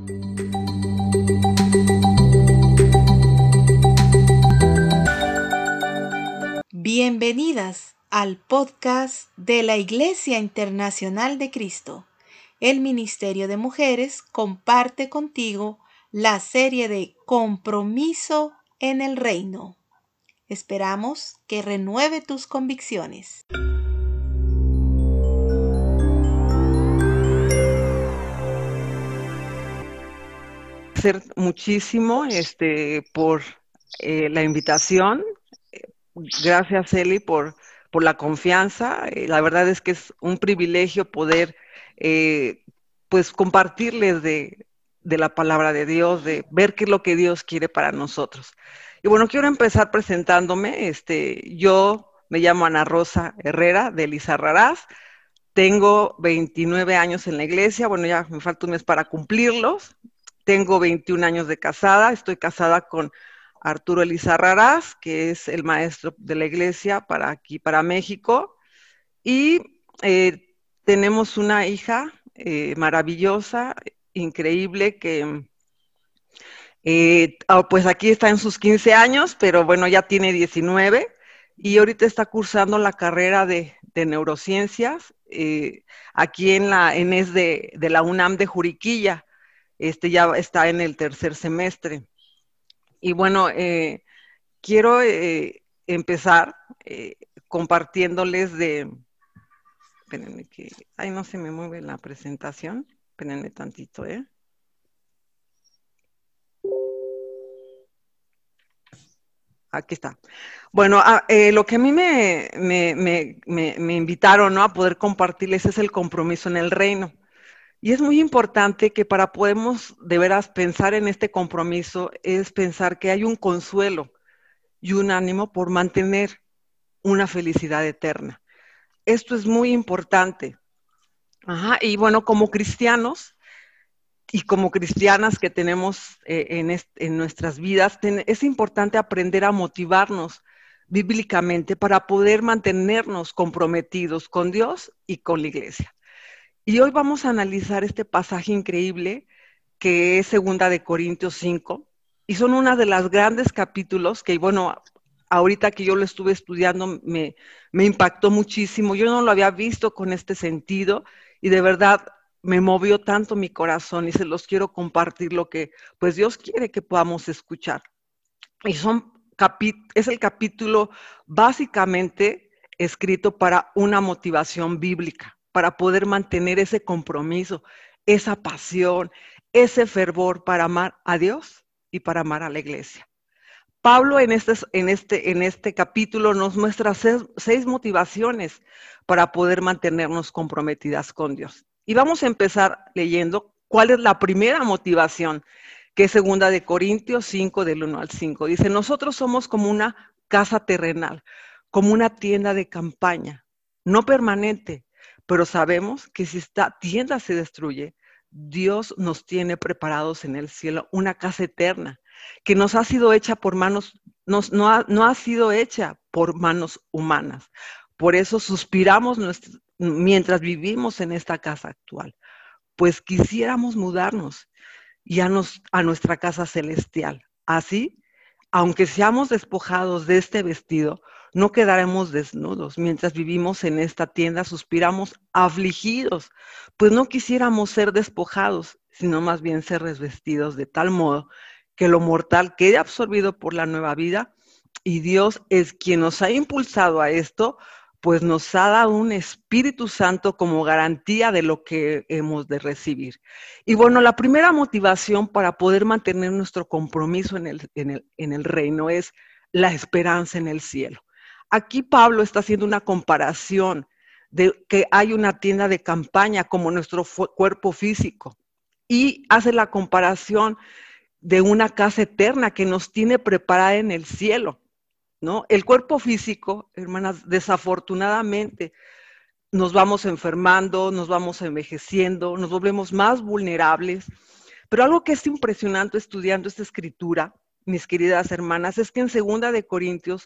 Bienvenidas al podcast de la Iglesia Internacional de Cristo. El Ministerio de Mujeres comparte contigo la serie de Compromiso en el Reino. Esperamos que renueve tus convicciones. Muchísimo por la invitación. Gracias, Eli, por la confianza. La verdad es que es un privilegio poder pues compartirles de la palabra de Dios, de ver qué es lo que Dios quiere para nosotros. Y bueno, quiero empezar presentándome. Yo me llamo Ana Rosa Herrera de Lizarrarás. Tengo 29 años en la iglesia. Bueno, ya me falta un mes para cumplirlos. Tengo 21 años de casada. Estoy casada con Arturo Elizarrarás, que es el maestro de la iglesia para aquí, para México. Y tenemos una hija maravillosa, increíble, que pues aquí está en sus 15 años, pero bueno, ya tiene 19 y ahorita está cursando la carrera de neurociencias aquí en ES de la UNAM de Juriquilla. Ya está en el tercer semestre. Y bueno, quiero empezar compartiéndoles espérenme que, ay, no se me mueve la presentación, espérenme tantito, Aquí está. Bueno, lo que a mí me invitaron, ¿no?, a poder compartirles es el compromiso en el reino. Y es muy importante que para podemos de veras pensar en este compromiso es pensar que hay un consuelo y un ánimo por mantener una felicidad eterna. Esto es muy importante. Ajá, y bueno, como cristianos y como cristianas que tenemos en nuestras vidas, es importante aprender a motivarnos bíblicamente para poder mantenernos comprometidos con Dios y con la iglesia. Y hoy vamos a analizar este pasaje increíble que es 2 Corintios 5, y son una de las grandes capítulos que, bueno, ahorita que yo lo estuve estudiando me impactó muchísimo. Yo no lo había visto con este sentido y de verdad me movió tanto mi corazón y se los quiero compartir lo que pues Dios quiere que podamos escuchar. Y es el capítulo básicamente escrito para una motivación bíblica, para poder mantener ese compromiso, esa pasión, ese fervor para amar a Dios y para amar a la iglesia. Pablo en este capítulo nos muestra seis motivaciones para poder mantenernos comprometidas con Dios. Y vamos a empezar leyendo cuál es la primera motivación, que es 2 Corintios 5, del 1 al 5. Dice, nosotros somos como una casa terrenal, como una tienda de campaña, no permanente, pero sabemos que si esta tienda se destruye, Dios nos tiene preparados en el cielo una casa eterna, que nos ha sido hecha por manos, no ha sido hecha por manos humanas. Por eso suspiramos mientras vivimos en esta casa actual, pues quisiéramos mudarnos y a nuestra casa celestial. Así, aunque seamos despojados de este vestido, no quedaremos desnudos. Mientras vivimos en esta tienda, suspiramos afligidos, pues no quisiéramos ser despojados, sino más bien ser revestidos de tal modo que lo mortal quede absorbido por la nueva vida, y Dios es quien nos ha impulsado a esto, pues nos ha dado un Espíritu Santo como garantía de lo que hemos de recibir. Y bueno, la primera motivación para poder mantener nuestro compromiso en el reino es la esperanza en el cielo. Aquí Pablo está haciendo una comparación de que hay una tienda de campaña como nuestro cuerpo físico, y hace la comparación de una casa eterna que nos tiene preparada en el cielo, ¿no? El cuerpo físico, hermanas, desafortunadamente nos vamos enfermando, nos vamos envejeciendo, nos volvemos más vulnerables. Pero algo que es impresionante estudiando esta escritura, mis queridas hermanas, es que en 2 Corintios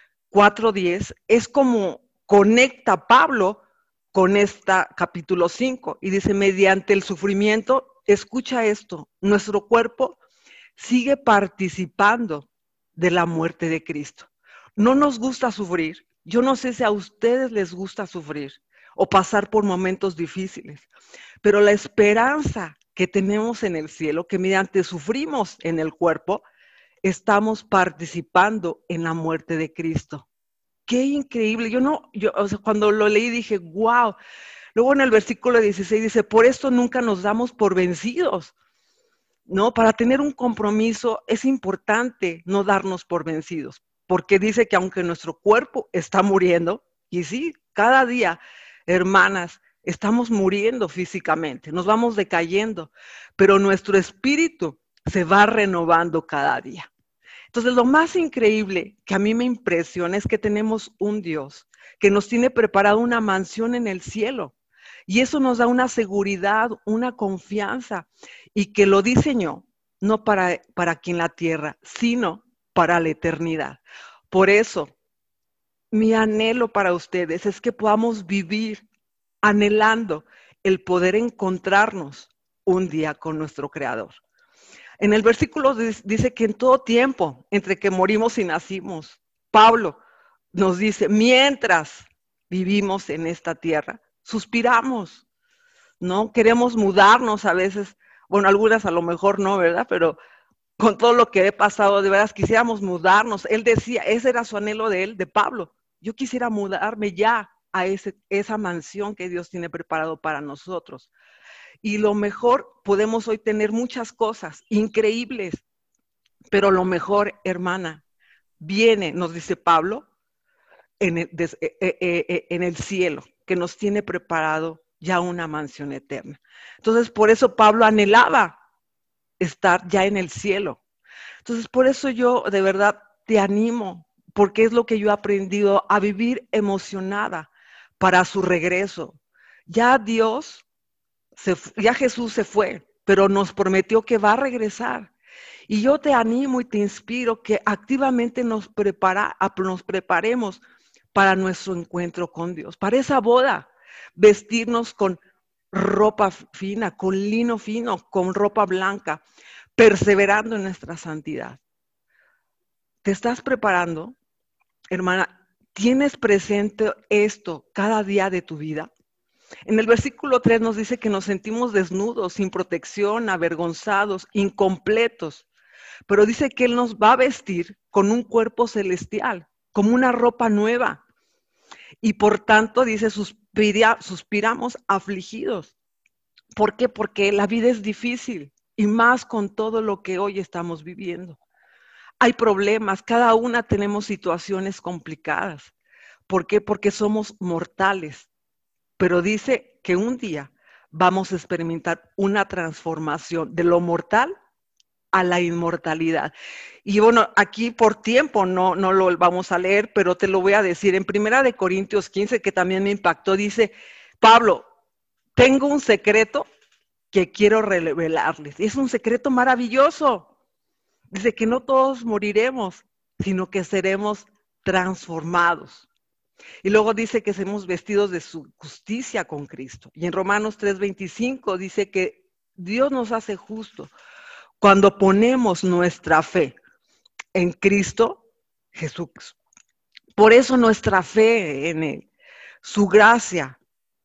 4:10 es como conecta Pablo con esta capítulo 5 y dice, mediante el sufrimiento escucha esto, nuestro cuerpo sigue participando de la muerte de Cristo. No nos gusta sufrir. Yo no sé si a ustedes les gusta sufrir o pasar por momentos difíciles, pero la esperanza que tenemos en el cielo, que mediante sufrimos en el cuerpo, estamos participando en la muerte de Cristo. Qué increíble. O sea, cuando lo leí dije, wow. Luego en el versículo 16 dice, por esto nunca nos damos por vencidos. No, para tener un compromiso es importante no darnos por vencidos, porque dice que aunque nuestro cuerpo está muriendo, y sí, cada día, hermanas, estamos muriendo físicamente, nos vamos decayendo, pero nuestro espíritu se va renovando cada día. Entonces, lo más increíble que a mí me impresiona es que tenemos un Dios que nos tiene preparado una mansión en el cielo. Y eso nos da una seguridad, una confianza, y que lo diseñó no para aquí en la tierra, sino para la eternidad. Por eso, mi anhelo para ustedes es que podamos vivir anhelando el poder encontrarnos un día con nuestro Creador. En el versículo dice que en todo tiempo, entre que morimos y nacimos, Pablo nos dice, mientras vivimos en esta tierra, suspiramos, ¿no? Queremos mudarnos a veces, bueno, algunas a lo mejor no, ¿verdad? Pero con todo lo que he pasado, de veras quisiéramos mudarnos. Él decía, ese era su anhelo de él, de Pablo. Yo quisiera mudarme ya a esa mansión que Dios tiene preparado para nosotros. Y lo mejor, podemos hoy tener muchas cosas increíbles, pero lo mejor, hermana, viene, nos dice Pablo, en el cielo, que nos tiene preparado ya una mansión eterna. Entonces, por eso Pablo anhelaba estar ya en el cielo. Entonces, por eso yo de verdad te animo, porque es lo que yo he aprendido a vivir emocionada para su regreso. Ya Dios, ya Jesús se fue, pero nos prometió que va a regresar. Y yo te animo y te inspiro que activamente nos preparemos para nuestro encuentro con Dios, para esa boda, vestirnos con ropa fina, con lino fino, con ropa blanca, perseverando en nuestra santidad. ¿Te estás preparando, hermana? ¿Tienes presente esto cada día de tu vida? En el versículo 3 nos dice que nos sentimos desnudos, sin protección, avergonzados, incompletos. Pero dice que Él nos va a vestir con un cuerpo celestial, como una ropa nueva. Y por tanto, dice, suspiramos afligidos. ¿Por qué? Porque la vida es difícil y más con todo lo que hoy estamos viviendo. Hay problemas, cada una tenemos situaciones complicadas. ¿Por qué? Porque somos mortales. Pero dice que un día vamos a experimentar una transformación de lo mortal a la inmortalidad. Y bueno, aquí por tiempo no lo vamos a leer, pero te lo voy a decir. En 1 Corintios 15, que también me impactó, dice, Pablo, tengo un secreto que quiero revelarles. Es un secreto maravilloso. Dice que no todos moriremos, sino que seremos transformados. Y luego dice que seremos vestidos de su justicia con Cristo. Y en Romanos 3:25 dice que Dios nos hace justos cuando ponemos nuestra fe en Cristo Jesús. Por eso nuestra fe en Él, su gracia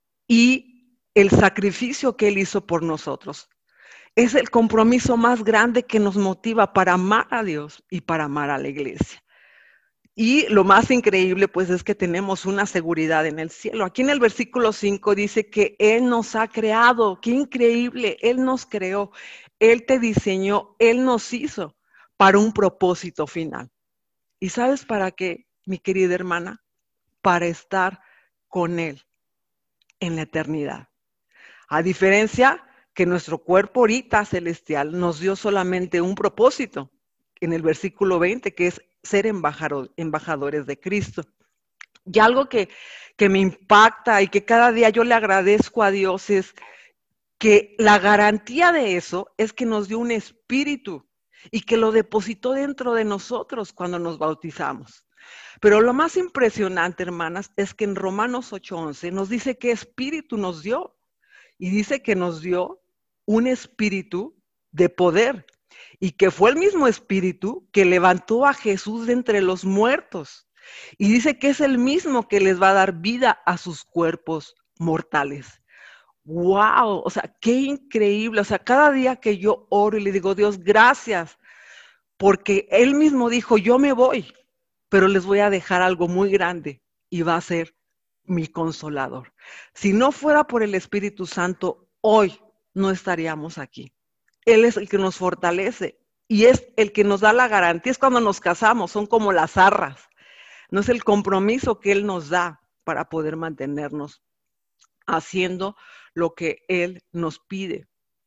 y el sacrificio que Él hizo por nosotros, es el compromiso más grande que nos motiva para amar a Dios y para amar a la iglesia. Y lo más increíble, pues, es que tenemos una seguridad en el cielo. Aquí en el versículo 5 dice que Él nos ha creado. ¡Qué increíble! Él nos creó, Él te diseñó, Él nos hizo para un propósito final. ¿Y sabes para qué, mi querida hermana? Para estar con Él en la eternidad. A diferencia que nuestro cuerpo ahorita celestial nos dio solamente un propósito, en el versículo 20, que es ser embajadores de Cristo. Y algo que me impacta y que cada día yo le agradezco a Dios es que la garantía de eso es que nos dio un espíritu y que lo depositó dentro de nosotros cuando nos bautizamos. Pero lo más impresionante, hermanas, es que en Romanos 8:11 nos dice qué espíritu nos dio. Y dice que nos dio un espíritu de poder y que fue el mismo espíritu que levantó a Jesús de entre los muertos. Y dice que es el mismo que les va a dar vida a sus cuerpos mortales. ¡Wow! O sea, qué increíble. O sea, cada día que yo oro y le digo, Dios, gracias, porque Él mismo dijo, yo me voy, pero les voy a dejar algo muy grande y va a ser mi consolador. Si no fuera por el Espíritu Santo, hoy no estaríamos aquí. Él es el que nos fortalece y es el que nos da la garantía. Es cuando nos casamos, son como las arras. No es el compromiso que Él nos da para poder mantenernos haciendo lo que Él nos pide.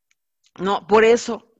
No, por eso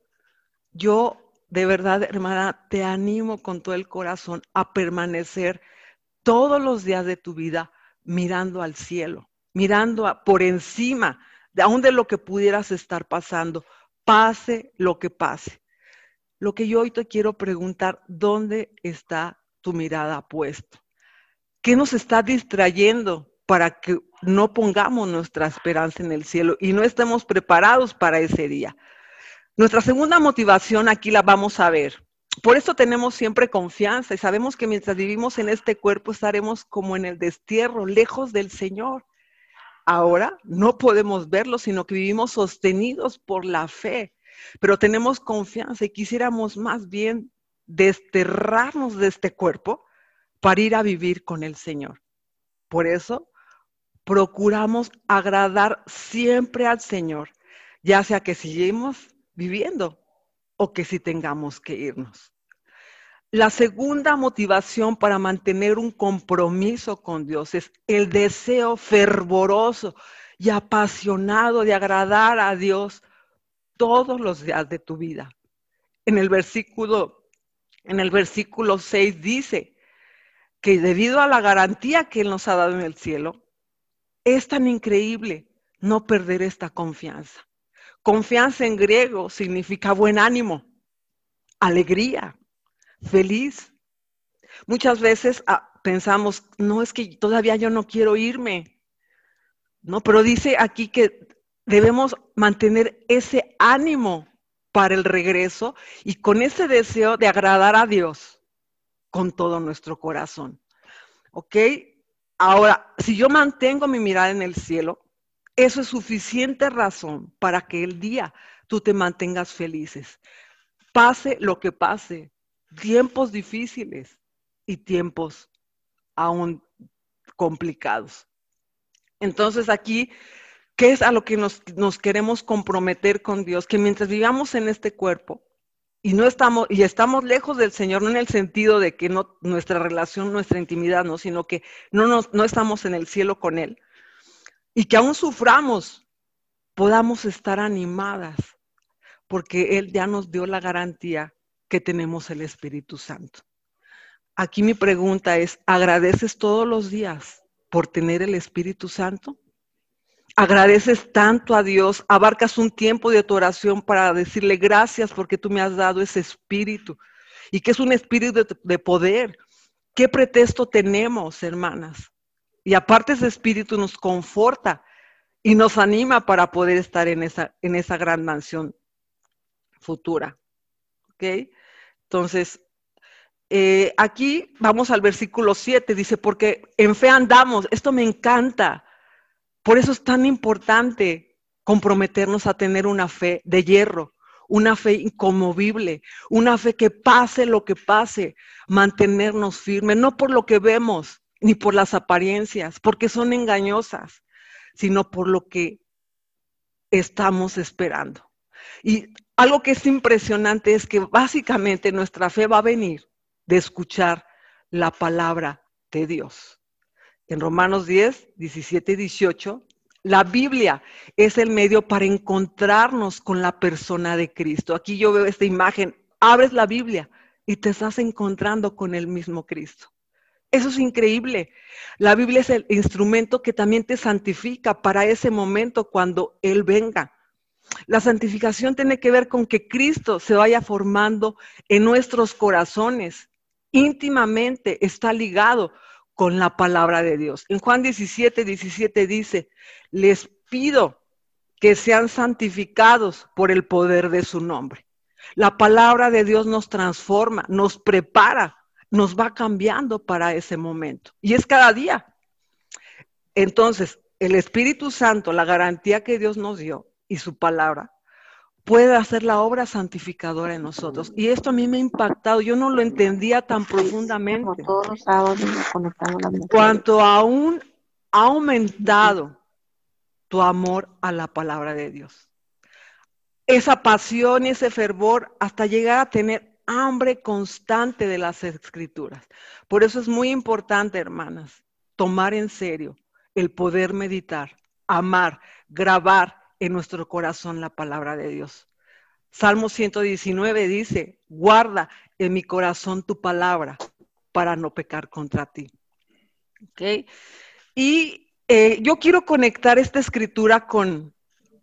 yo de verdad, hermana, te animo con todo el corazón a permanecer todos los días de tu vida mirando al cielo, mirando por encima de aún de lo que pudieras estar pasando, pase lo que pase. Lo que yo hoy te quiero preguntar, ¿dónde está tu mirada puesta? ¿Qué nos está distrayendo para que no pongamos nuestra esperanza en el cielo y no estemos preparados para ese día? Nuestra segunda motivación aquí la vamos a ver. Por eso tenemos siempre confianza y sabemos que mientras vivimos en este cuerpo estaremos como en el destierro, lejos del Señor. Ahora no podemos verlo, sino que vivimos sostenidos por la fe, pero tenemos confianza y quisiéramos más bien desterrarnos de este cuerpo para ir a vivir con el Señor. Por eso procuramos agradar siempre al Señor, ya sea que sigamos viviendo o que si tengamos que irnos. La segunda motivación para mantener un compromiso con Dios es el deseo fervoroso y apasionado de agradar a Dios todos los días de tu vida. En el versículo 6 dice que debido a la garantía que Él nos ha dado en el cielo, es tan increíble no perder esta confianza. Confianza en griego significa buen ánimo, alegría, feliz. Muchas veces pensamos, no, es que todavía yo no quiero irme. No, pero dice aquí que debemos mantener ese ánimo para el regreso y con ese deseo de agradar a Dios con todo nuestro corazón. ¿Ok? Ahora, si yo mantengo mi mirada en el cielo, eso es suficiente razón para que el día tú te mantengas felices. Pase lo que pase, tiempos difíciles y tiempos aún complicados. Entonces aquí, ¿qué es a lo que nos queremos comprometer con Dios? Que mientras vivamos en este cuerpo y estamos lejos del Señor, no en el sentido de que no, nuestra relación, nuestra intimidad, no, sino que no estamos en el cielo con Él. Y que aún suframos, podamos estar animadas, porque Él ya nos dio la garantía que tenemos el Espíritu Santo. Aquí mi pregunta es, ¿agradeces todos los días por tener el Espíritu Santo? ¿Agradeces tanto a Dios? ¿Abarcas un tiempo de tu oración para decirle gracias porque tú me has dado ese espíritu? Y que es un espíritu de poder. ¿Qué pretexto tenemos, hermanas? Y aparte ese espíritu nos conforta y nos anima para poder estar en esa gran mansión futura. ¿Ok? Entonces, aquí vamos al versículo 7, dice, porque en fe andamos. Esto me encanta. Por eso es tan importante comprometernos a tener una fe de hierro, una fe inconmovible, una fe que pase lo que pase, mantenernos firmes, no por lo que vemos, ni por las apariencias, porque son engañosas, sino por lo que estamos esperando. Y algo que es impresionante es que básicamente nuestra fe va a venir de escuchar la palabra de Dios. En Romanos 10, 17 y 18, la Biblia es el medio para encontrarnos con la persona de Cristo. Aquí yo veo esta imagen, abres la Biblia y te estás encontrando con el mismo Cristo. Eso es increíble. La Biblia es el instrumento que también te santifica para ese momento cuando Él venga. La santificación tiene que ver con que Cristo se vaya formando en nuestros corazones. Íntimamente está ligado con la palabra de Dios. En Juan 17, 17 dice, les pido que sean santificados por el poder de su nombre. La palabra de Dios nos transforma, nos prepara, nos va cambiando para ese momento. Y es cada día. Entonces, el Espíritu Santo, la garantía que Dios nos dio y su palabra, puede hacer la obra santificadora en nosotros. Y esto a mí me ha impactado. Yo no lo entendía tan profundamente. Todos los sábados nos conectamos las mujeres. Cuanto aún ha aumentado tu amor a la palabra de Dios. Esa pasión y ese fervor hasta llegar a tener hambre constante de las Escrituras. Por eso es muy importante, hermanas, tomar en serio el poder meditar, amar, grabar en nuestro corazón la palabra de Dios. Salmo 119 dice, guarda en mi corazón tu palabra para no pecar contra ti. ¿Okay? Y yo quiero conectar esta escritura con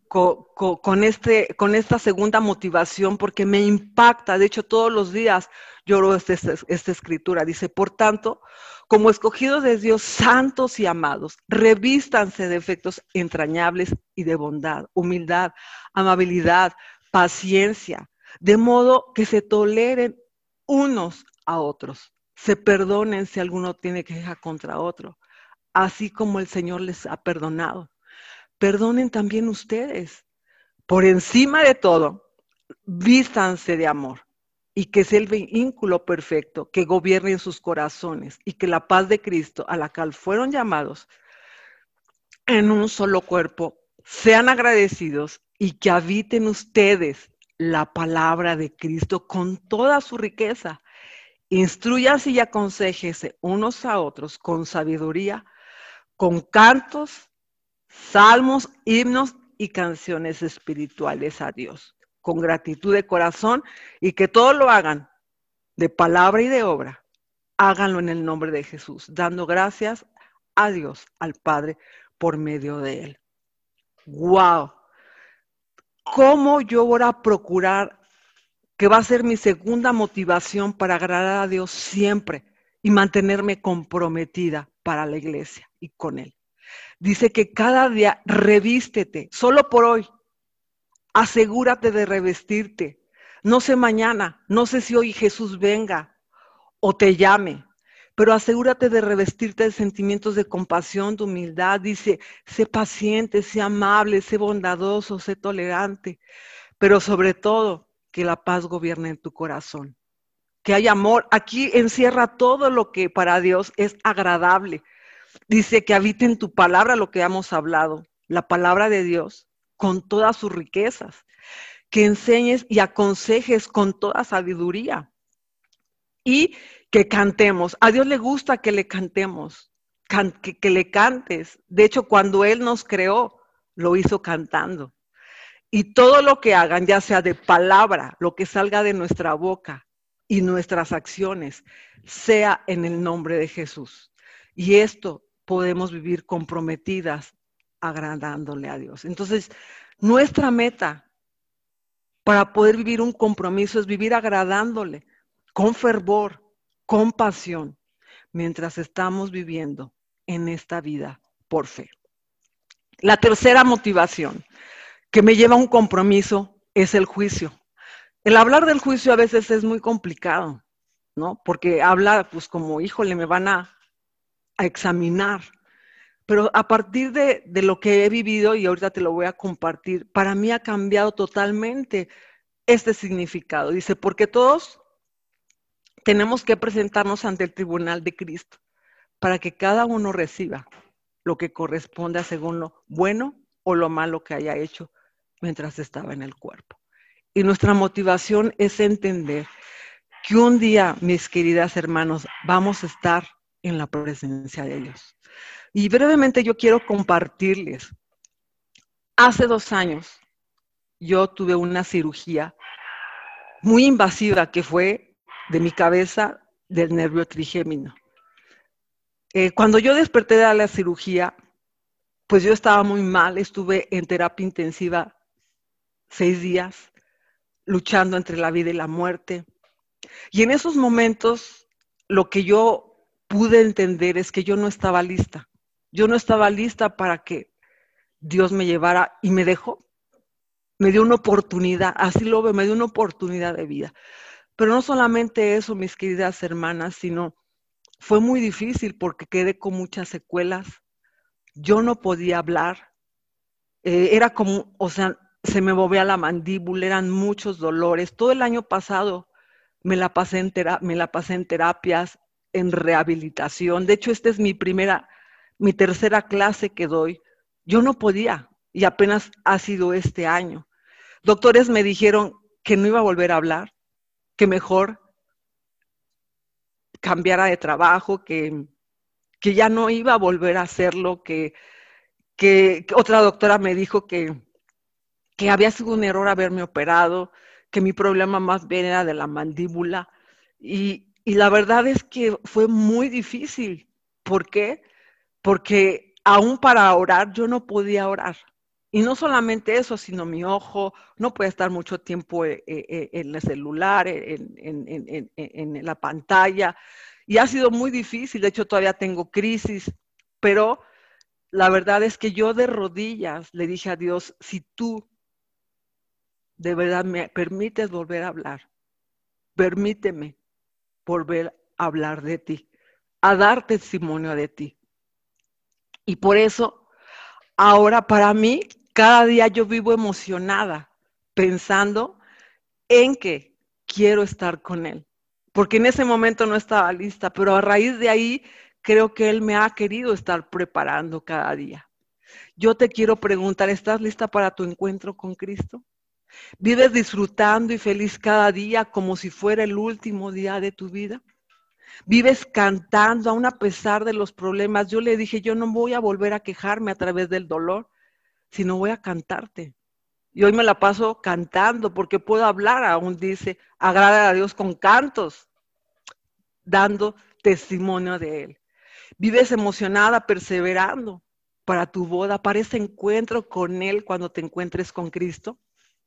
esta segunda motivación porque me impacta. De hecho, todos los días lloro esta escritura. Dice, por tanto, como escogidos de Dios, santos y amados, revístanse de efectos entrañables y de bondad, humildad, amabilidad, paciencia, de modo que se toleren unos a otros, se perdonen si alguno tiene queja contra otro, así como el Señor les ha perdonado. Perdonen también ustedes. Por encima de todo, vístanse de amor y que sea el vínculo perfecto que gobierne en sus corazones y que la paz de Cristo, a la cual fueron llamados en un solo cuerpo, sean agradecidos y que habiten ustedes la palabra de Cristo con toda su riqueza. Instrúyanse y aconséjense unos a otros con sabiduría, con cantos, salmos, himnos y canciones espirituales a Dios, con gratitud de corazón, y que todo lo hagan de palabra y de obra. Háganlo en el nombre de Jesús, dando gracias a Dios, al Padre, por medio de Él. ¡Wow! ¿Cómo yo voy a procurar, que va a ser mi segunda motivación para agradar a Dios siempre y mantenerme comprometida para la iglesia y con Él? Dice que cada día revístete, solo por hoy. Asegúrate de revestirte. No sé mañana, no sé si hoy Jesús venga o te llame, pero asegúrate de revestirte de sentimientos de compasión, de humildad. Dice, sé paciente, sé amable, sé bondadoso, sé tolerante, pero sobre todo que la paz gobierne en tu corazón. Que haya amor. Aquí encierra todo lo que para Dios es agradable. Dice que habite en tu palabra lo que hemos hablado, la palabra de Dios, con todas sus riquezas, que enseñes y aconsejes con toda sabiduría y que cantemos. A Dios le gusta que le cantemos, que le cantes. De hecho, cuando Él nos creó, lo hizo cantando. Y todo lo que hagan, ya sea de palabra, lo que salga de nuestra boca y nuestras acciones, sea en el nombre de Jesús. Y esto podemos vivir comprometidas, agradándole a Dios. Entonces, nuestra meta para poder vivir un compromiso es vivir agradándole con fervor, con pasión, mientras estamos viviendo en esta vida por fe. La tercera motivación que me lleva a un compromiso es el juicio. El hablar del juicio a veces es muy complicado, ¿no? Porque habla pues como, híjole, me van a examinar. Pero a partir de lo que he vivido, y ahorita te lo voy a compartir, para mí ha cambiado totalmente este significado. Dice, porque todos tenemos que presentarnos ante el tribunal de Cristo para que cada uno reciba lo que corresponde según lo bueno o lo malo que haya hecho mientras estaba en el cuerpo. Y nuestra motivación es entender que un día, mis queridas hermanos, vamos a estar en la presencia de Dios. Y brevemente yo quiero compartirles. Hace 2 años yo tuve una cirugía muy invasiva que fue de mi cabeza del nervio trigémino. Cuando yo desperté de la cirugía, pues yo estaba muy mal, estuve en terapia intensiva 6 días, luchando entre la vida y la muerte. Y en esos momentos, lo que yo pude entender es que yo no estaba lista. Yo no estaba lista para que Dios me llevara y me dejó. me dio una oportunidad, así lo veo, me dio una oportunidad de vida. Pero no solamente eso, mis queridas hermanas, sino fue muy difícil porque quedé con muchas secuelas. Yo no podía hablar. Era como, o sea, se me movía la mandíbula, eran muchos dolores. Todo el año pasado me la pasé en terapias, en rehabilitación. De hecho, esta es mi tercera clase que doy. Yo no podía y apenas ha sido este año. Doctores me dijeron que no iba a volver a hablar, que mejor cambiara de trabajo, que ya no iba a volver a hacerlo, que otra doctora me dijo que había sido un error haberme operado, que mi problema más bien era de la mandíbula. Y la verdad es que fue muy difícil. ¿Por qué? Porque aún para orar yo no podía orar. Y no solamente eso, sino mi ojo, no podía estar mucho tiempo en el celular, en la pantalla. Y ha sido muy difícil, de hecho todavía tengo crisis, pero la verdad es que yo de rodillas le dije a Dios, si tú de verdad me permites volver a hablar, permíteme volver a hablar de ti, a dar testimonio de ti. Y por eso, ahora para mí, cada día yo vivo emocionada, pensando en que quiero estar con Él. Porque en ese momento no estaba lista, pero a raíz de ahí creo que Él me ha querido estar preparando cada día. Yo te quiero preguntar, ¿estás lista para tu encuentro con Cristo? ¿Vives disfrutando y feliz cada día como si fuera el último día de tu vida? ¿Vives cantando aún a pesar de los problemas? Yo le dije, yo no voy a volver a quejarme a través del dolor, sino voy a cantarte. Y hoy me la paso cantando porque puedo hablar, aún dice, agrada a Dios con cantos, dando testimonio de Él. Vives emocionada, perseverando para tu boda, para ese encuentro con Él cuando te encuentres con Cristo.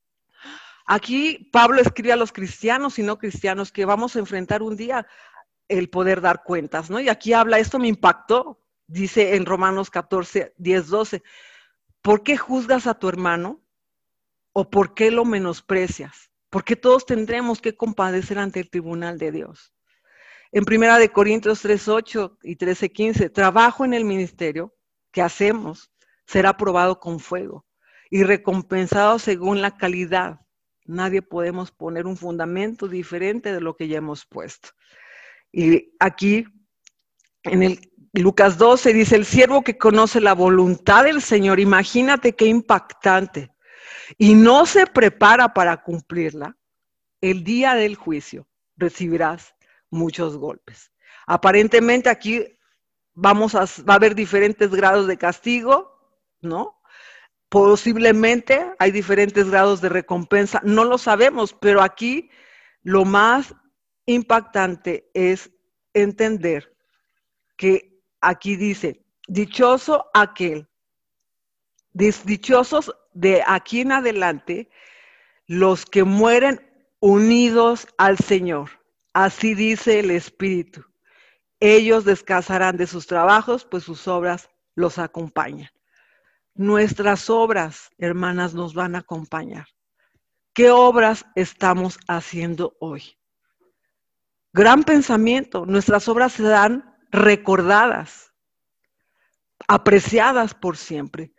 Aquí Pablo escribe a los cristianos y no cristianos que vamos a enfrentar un día el poder dar cuentas, ¿no? Y aquí habla, esto me impactó, dice en Romanos 14, 10, 12, ¿por qué juzgas a tu hermano o por qué lo menosprecias? Porque todos tendremos que compadecer ante el tribunal de Dios. En 1 Corintios 3, 8 y 13, 15, trabajo en el ministerio que hacemos será probado con fuego y recompensado según la calidad. Nadie podemos poner un fundamento diferente de lo que ya hemos puesto. Y aquí en el Lucas 12 dice, el siervo que conoce la voluntad del Señor, imagínate qué impactante, y no se prepara para cumplirla, el día del juicio recibirás muchos golpes. Aparentemente aquí va a haber diferentes grados de castigo, ¿no? Posiblemente hay diferentes grados de recompensa, no lo sabemos, pero aquí lo más impactante es entender que aquí dice, dichoso aquel, dichosos de aquí en adelante, los que mueren unidos al Señor. Así dice el Espíritu. Ellos descansarán de sus trabajos, pues sus obras los acompañan. Nuestras obras, hermanas, nos van a acompañar. ¿Qué obras estamos haciendo hoy? Gran pensamiento. Nuestras obras serán recordadas, apreciadas por siempre.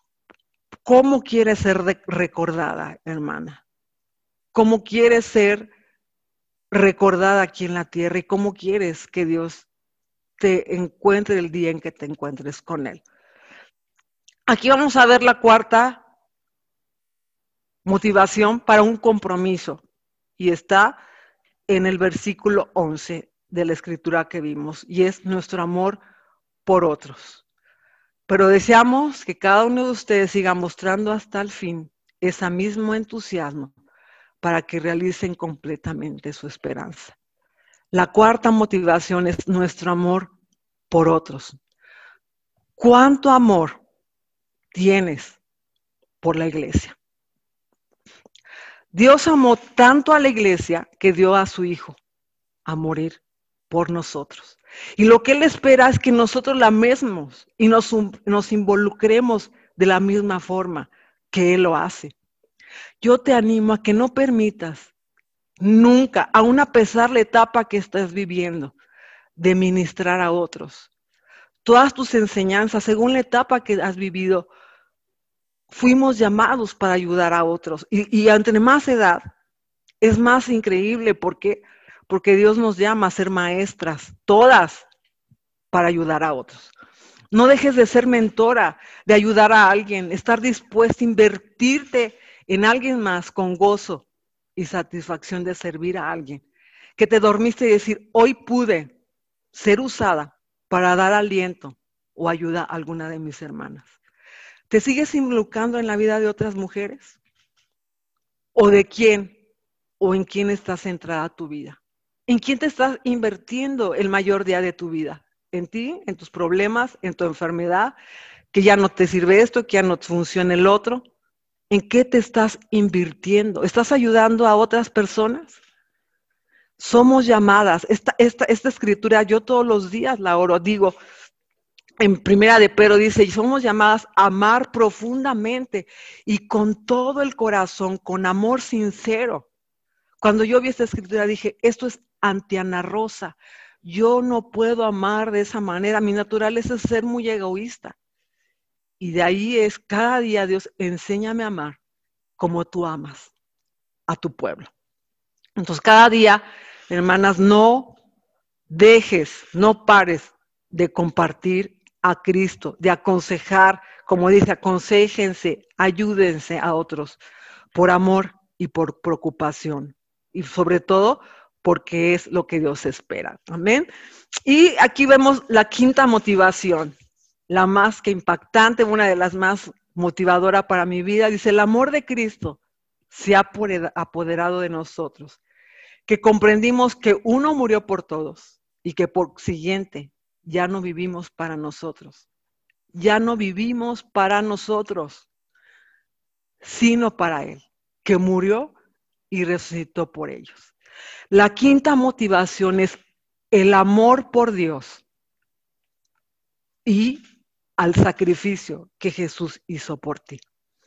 ¿Cómo quieres ser recordada, hermana? ¿Cómo quieres ser recordada aquí en la tierra? ¿Y cómo quieres que Dios te encuentre el día en que te encuentres con Él? Aquí vamos a ver la cuarta motivación para un compromiso. Y está en el versículo 11 de la escritura que vimos. Y es nuestro amor por otros. Pero deseamos que cada uno de ustedes siga mostrando hasta el fin ese mismo entusiasmo para que realicen completamente su esperanza. La cuarta motivación es nuestro amor por otros. ¿Cuánto amor tienes por la iglesia? Dios amó tanto a la iglesia que dio a su Hijo a morir por nosotros. Y lo que Él espera es que nosotros la amemos y nos involucremos de la misma forma que Él lo hace. Yo te animo a que no permitas nunca, aun a pesar de la etapa que estás viviendo, de ministrar a otros. Todas tus enseñanzas, según la etapa que has vivido, fuimos llamados para ayudar a otros. Y entre más edad, es más increíble porque Dios nos llama a ser maestras, todas, para ayudar a otros. No dejes de ser mentora, de ayudar a alguien, estar dispuesta a invertirte en alguien más con gozo y satisfacción de servir a alguien. Que te dormiste y decir, hoy pude ser usada para dar aliento o ayuda a alguna de mis hermanas. ¿Te sigues involucrando en la vida de otras mujeres? ¿O de quién? ¿O en quién está centrada tu vida? ¿En quién te estás invirtiendo el mayor día de tu vida? ¿En ti? ¿En tus problemas? ¿En tu enfermedad? ¿Que ya no te sirve esto? ¿Que ya no funciona el otro? ¿En qué te estás invirtiendo? ¿Estás ayudando a otras personas? Somos llamadas. Esta escritura yo todos los días la oro. Digo, en Primera de Pedro dice, y somos llamadas a amar profundamente y con todo el corazón, con amor sincero. Cuando yo vi esta escritura dije, esto es anti Ana Rosa. Yo no puedo amar de esa manera. Mi naturaleza es ser muy egoísta. Y de ahí es cada día, Dios, enséñame a amar como tú amas a tu pueblo. Entonces cada día, hermanas, no dejes, no pares de compartir a Cristo, de aconsejar, como dice, aconséjense, ayúdense a otros por amor y por preocupación. Y sobre todo porque es lo que Dios espera. Amén. Y aquí vemos la quinta motivación, la más que impactante, una de las más motivadoras para mi vida. Dice, el amor de Cristo se ha apoderado de nosotros, que comprendimos que uno murió por todos y que por siguiente ya no vivimos para nosotros. Ya no vivimos para nosotros, sino para Él, que murió y resucitó por ellos. La quinta motivación es el amor por Dios y al sacrificio que Jesús hizo por ti.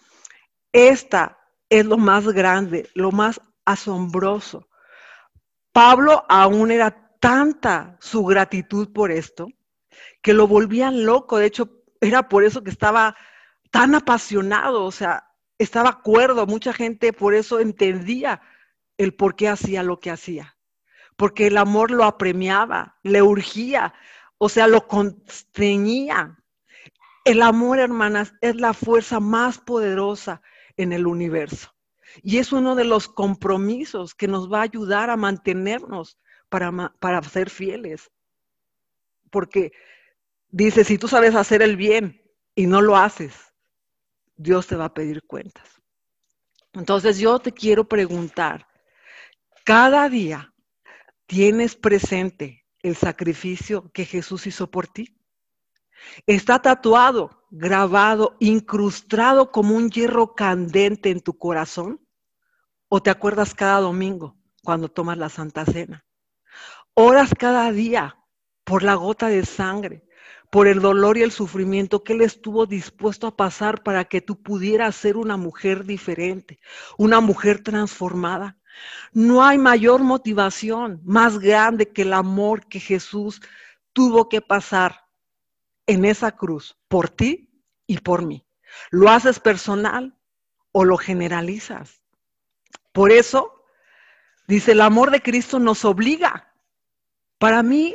Esta es lo más grande, lo más asombroso. Pablo aún era tanta su gratitud por esto, que lo volvían loco. De hecho, era por eso que estaba tan apasionado, o sea, estaba cuerdo. Mucha gente por eso entendía el por qué hacía lo que hacía. Porque el amor lo apremiaba, le urgía, o sea, lo constreñía. El amor, hermanas, es la fuerza más poderosa en el universo. Y es uno de los compromisos que nos va a ayudar a mantenernos para ser fieles. Porque dice, si tú sabes hacer el bien y no lo haces, Dios te va a pedir cuentas. Entonces yo te quiero preguntar, ¿cada día tienes presente el sacrificio que Jesús hizo por ti? ¿Está tatuado, grabado, incrustado como un hierro candente en tu corazón? ¿O te acuerdas cada domingo cuando tomas la Santa Cena? ¿Oras cada día por la gota de sangre, por el dolor y el sufrimiento que Él estuvo dispuesto a pasar para que tú pudieras ser una mujer diferente, una mujer transformada? No hay mayor motivación más grande que el amor que Jesús tuvo que pasar en esa cruz por ti y por mí. ¿Lo haces personal o lo generalizas? Por eso, dice, el amor de Cristo nos obliga. Para mí,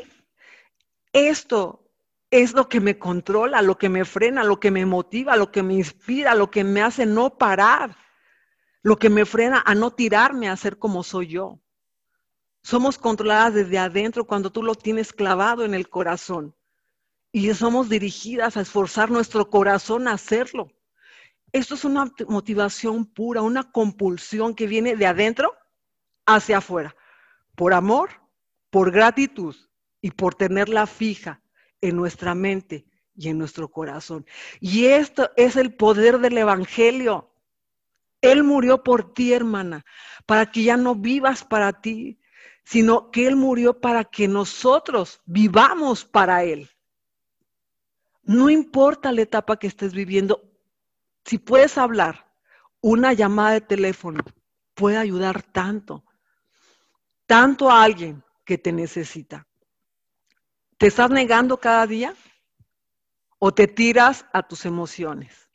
esto es lo que me controla, lo que me frena, lo que me motiva, lo que me inspira, lo que me hace no parar, lo que me frena a no tirarme a ser como soy yo. Somos controladas desde adentro cuando tú lo tienes clavado en el corazón. Y somos dirigidas a esforzar nuestro corazón a hacerlo. Esto es una motivación pura, una compulsión que viene de adentro hacia afuera. Por amor, por gratitud y por tenerla fija en nuestra mente y en nuestro corazón. Y esto es el poder del Evangelio. Él murió por ti, hermana, para que ya no vivas para ti, sino que Él murió para que nosotros vivamos para Él. No importa la etapa que estés viviendo, si puedes hablar una llamada de teléfono puede ayudar tanto a alguien que te necesita. ¿Te estás negando cada día o te tiras a tus emociones?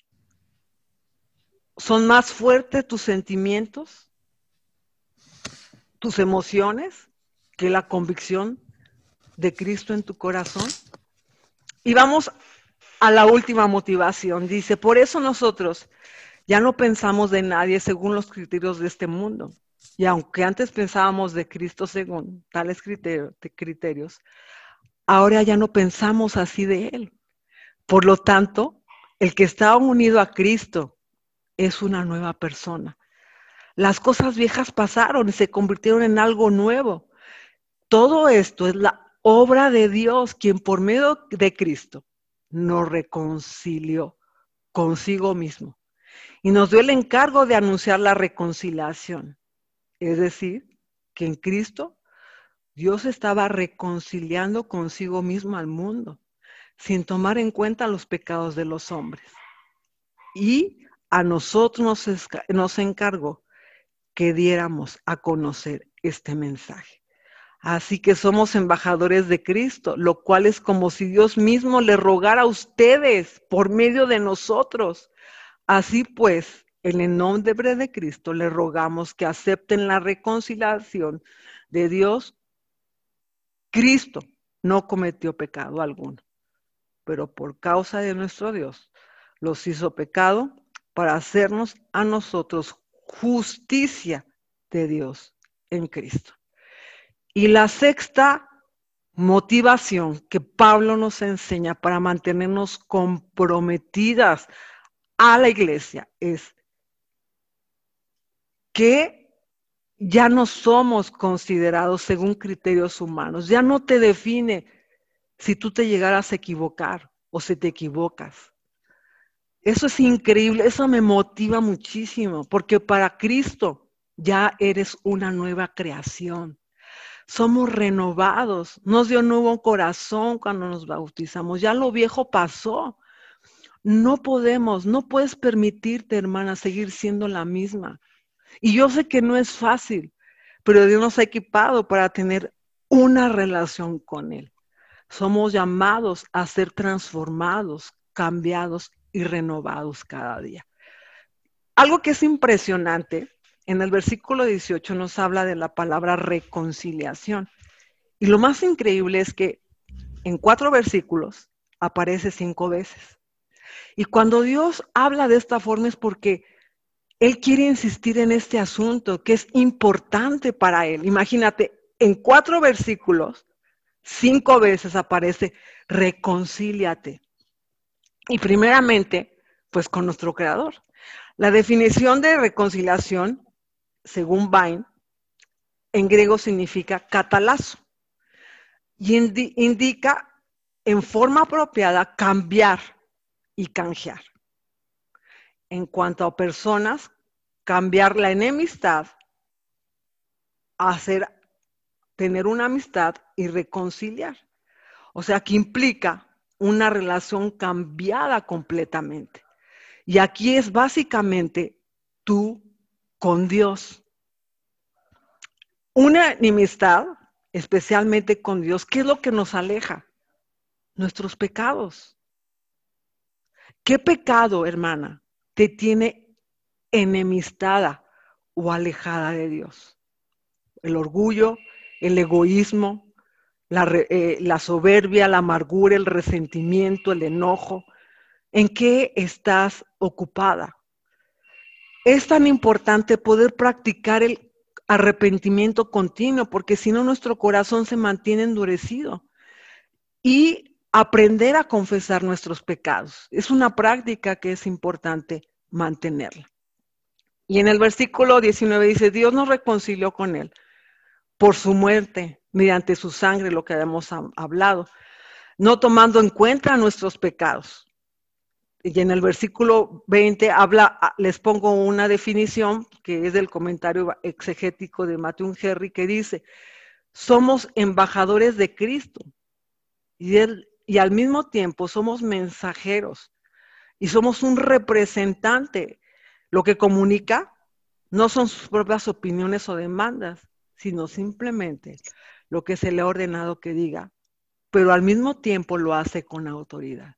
¿Son más fuertes tus sentimientos, tus emociones, que la convicción de Cristo en tu corazón? Y vamos a la última motivación. Dice, por eso nosotros ya no pensamos de nadie según los criterios de este mundo. Y aunque antes pensábamos de Cristo según tales criterios, ahora ya no pensamos así de Él. Por lo tanto, el que está unido a Cristo es una nueva persona. Las cosas viejas pasaron y se convirtieron en algo nuevo. Todo esto es la obra de Dios, quien por medio de Cristo nos reconcilió consigo mismo y nos dio el encargo de anunciar la reconciliación. Es decir, que en Cristo Dios estaba reconciliando consigo mismo al mundo, sin tomar en cuenta los pecados de los hombres. Y a nosotros nos encargó que diéramos a conocer este mensaje. Así que somos embajadores de Cristo, lo cual es como si Dios mismo le rogara a ustedes por medio de nosotros. Así pues, en el nombre de Cristo le rogamos que acepten la reconciliación de Dios. Cristo no cometió pecado alguno, pero por causa de nuestro Dios los hizo pecado para hacernos a nosotros justicia de Dios en Cristo. Y la sexta motivación que Pablo nos enseña para mantenernos comprometidas a la iglesia es que ya no somos considerados según criterios humanos. Ya no te define si tú te llegaras a equivocar o si te equivocas. Eso es increíble, eso me motiva muchísimo, porque para Cristo ya eres una nueva creación. Somos renovados, nos dio nuevo corazón cuando nos bautizamos, ya lo viejo pasó. No puedes permitirte, hermana, seguir siendo la misma. Y yo sé que no es fácil, pero Dios nos ha equipado para tener una relación con Él. Somos llamados a ser transformados, cambiados y renovados cada día. Algo que es impresionante, en el versículo 18 nos habla de la palabra reconciliación. Y lo más increíble es que en 4 versículos aparece 5 veces. Y cuando Dios habla de esta forma es porque Él quiere insistir en este asunto que es importante para Él. Imagínate, en 4 versículos, 5 veces aparece reconcíliate. Y primeramente, pues con nuestro Creador. La definición de reconciliación, según Vine, en griego significa catalazo. Y indica en forma apropiada cambiar y canjear. En cuanto a personas, cambiar la enemistad a tener una amistad y reconciliar. O sea, que implica una relación cambiada completamente. Y aquí es básicamente tú con Dios. Una enemistad, especialmente con Dios, ¿qué es lo que nos aleja? Nuestros pecados. ¿Qué pecado, hermana, te tiene enemistada o alejada de Dios? El orgullo, el egoísmo, la soberbia, la amargura, el resentimiento, el enojo. ¿En qué estás ocupada? Es tan importante poder practicar el arrepentimiento continuo, porque si no nuestro corazón se mantiene endurecido. Y aprender a confesar nuestros pecados. Es una práctica que es importante mantenerla. Y en el versículo 19 dice, Dios nos reconcilió con Él por su muerte, mediante su sangre, lo que habíamos hablado, no tomando en cuenta nuestros pecados. Y en el versículo 20 les pongo una definición que es del comentario exegético de Matthew Henry que dice, somos embajadores de Cristo y al mismo tiempo somos mensajeros y somos un representante Lo que comunica no son sus propias opiniones o demandas, sino simplemente lo que se le ha ordenado que diga, pero al mismo tiempo lo hace con autoridad.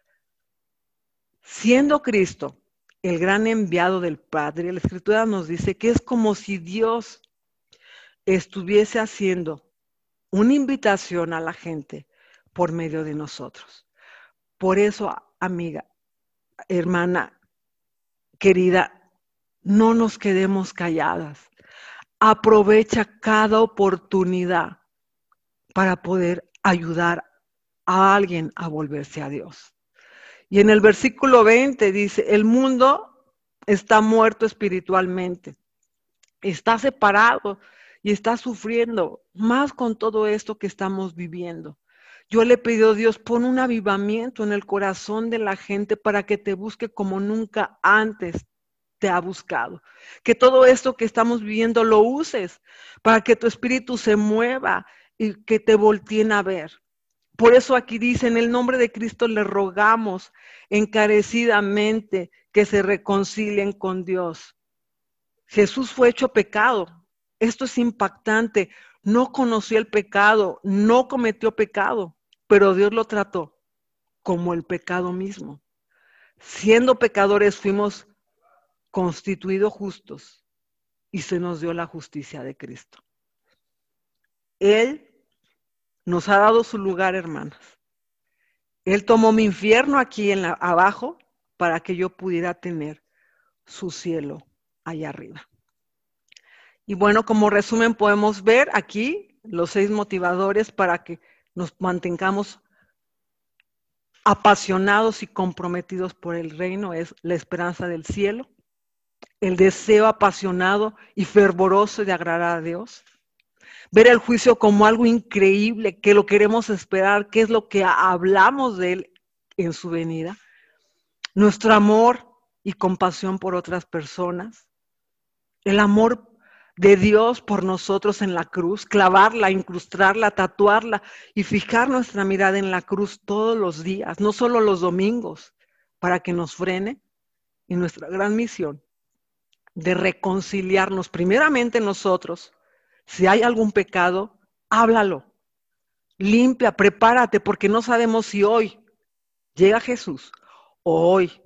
Siendo Cristo el gran enviado del Padre, la Escritura nos dice que es como si Dios estuviese haciendo una invitación a la gente por medio de nosotros. Por eso, amiga, hermana, querida, no nos quedemos calladas. Aprovecha cada oportunidad para poder ayudar a alguien a volverse a Dios. Y en el versículo 20 dice, el mundo está muerto espiritualmente, está separado y está sufriendo más con todo esto que estamos viviendo. Yo le pido a Dios, pon un avivamiento en el corazón de la gente para que te busque como nunca antes te ha buscado. Que todo esto que estamos viviendo lo uses para que tu espíritu se mueva y que te volteen a ver. Por eso aquí dice, en el nombre de Cristo le rogamos encarecidamente que se reconcilien con Dios. Jesús fue hecho pecado. Esto es impactante. No conoció el pecado, no cometió pecado, pero Dios lo trató como el pecado mismo. Siendo pecadores fuimos constituidos justos y se nos dio la justicia de Cristo. Él nos ha dado su lugar, hermanas. Él tomó mi infierno aquí abajo para que yo pudiera tener su cielo allá arriba. Y bueno, como resumen podemos ver aquí los 6 motivadores para que nos mantengamos apasionados y comprometidos por el reino. Es la esperanza del cielo, el deseo apasionado y fervoroso de agradar a Dios, ver el juicio como algo increíble, que lo queremos esperar, que es lo que hablamos de él en su venida, nuestro amor y compasión por otras personas, el amor de Dios por nosotros en la cruz, clavarla, incrustarla, tatuarla y fijar nuestra mirada en la cruz todos los días, no solo los domingos, para que nos frene en nuestra gran misión de reconciliarnos primeramente nosotros. Si hay algún pecado, háblalo, limpia, prepárate, porque no sabemos si hoy llega Jesús o hoy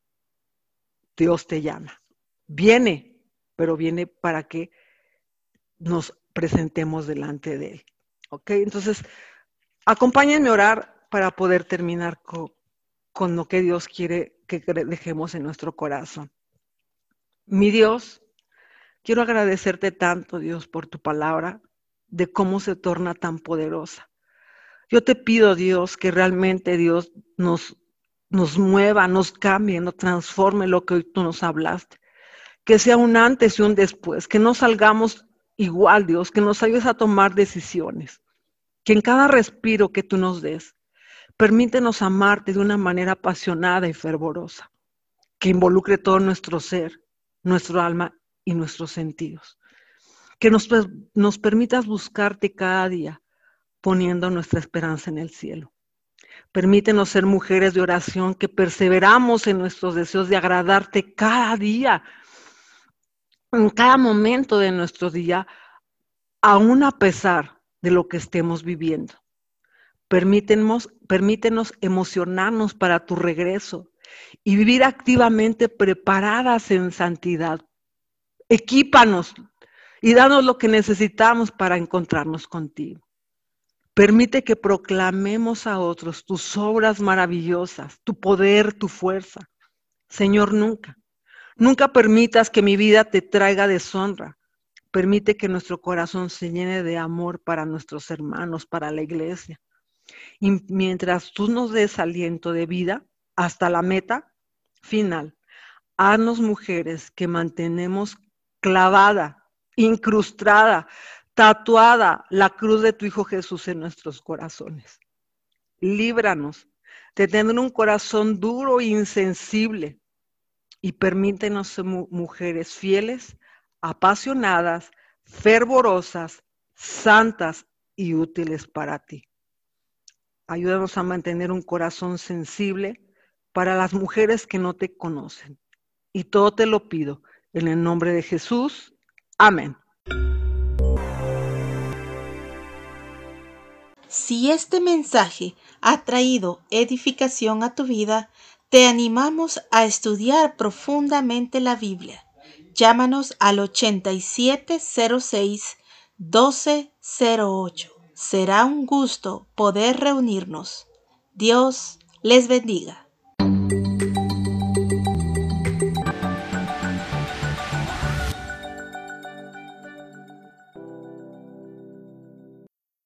Dios te llama. Viene, pero viene para que nos presentemos delante de Él. ¿Ok? Entonces, acompáñenme a orar para poder terminar con lo que Dios quiere que dejemos en nuestro corazón. Mi Dios, quiero agradecerte tanto, Dios, por tu palabra, de cómo se torna tan poderosa. Yo te pido, Dios, que realmente Dios nos mueva, nos cambie, nos transforme lo que hoy tú nos hablaste. Que sea un antes y un después, que no salgamos igual, Dios, que nos ayudes a tomar decisiones. Que en cada respiro que tú nos des, permítenos amarte de una manera apasionada y fervorosa, que involucre todo nuestro ser, nuestro alma y nuestros sentidos. Que nos permitas buscarte cada día, poniendo nuestra esperanza en el cielo. Permítenos ser mujeres de oración que perseveramos en nuestros deseos de agradarte cada día, en cada momento de nuestro día, aún a pesar de lo que estemos viviendo. Permítenos emocionarnos para tu regreso y vivir activamente preparadas en santidad. Equípanos y danos lo que necesitamos para encontrarnos contigo. Permite que proclamemos a otros tus obras maravillosas, tu poder, tu fuerza. Señor, nunca permitas que mi vida te traiga deshonra. Permite que nuestro corazón se llene de amor para nuestros hermanos, para la iglesia. Y mientras tú nos des aliento de vida hasta la meta final, haznos mujeres que mantenemos clavada, incrustada, tatuada la cruz de tu Hijo Jesús en nuestros corazones. Líbranos de tener un corazón duro e insensible y permítenos ser mujeres fieles, apasionadas, fervorosas, santas y útiles para ti. Ayúdanos a mantener un corazón sensible para las mujeres que no te conocen. Y todo te lo pido en el nombre de Jesús. Amén. Si este mensaje ha traído edificación a tu vida, te animamos a estudiar profundamente la Biblia. Llámanos al 8706-1208. Será un gusto poder reunirnos. Dios les bendiga.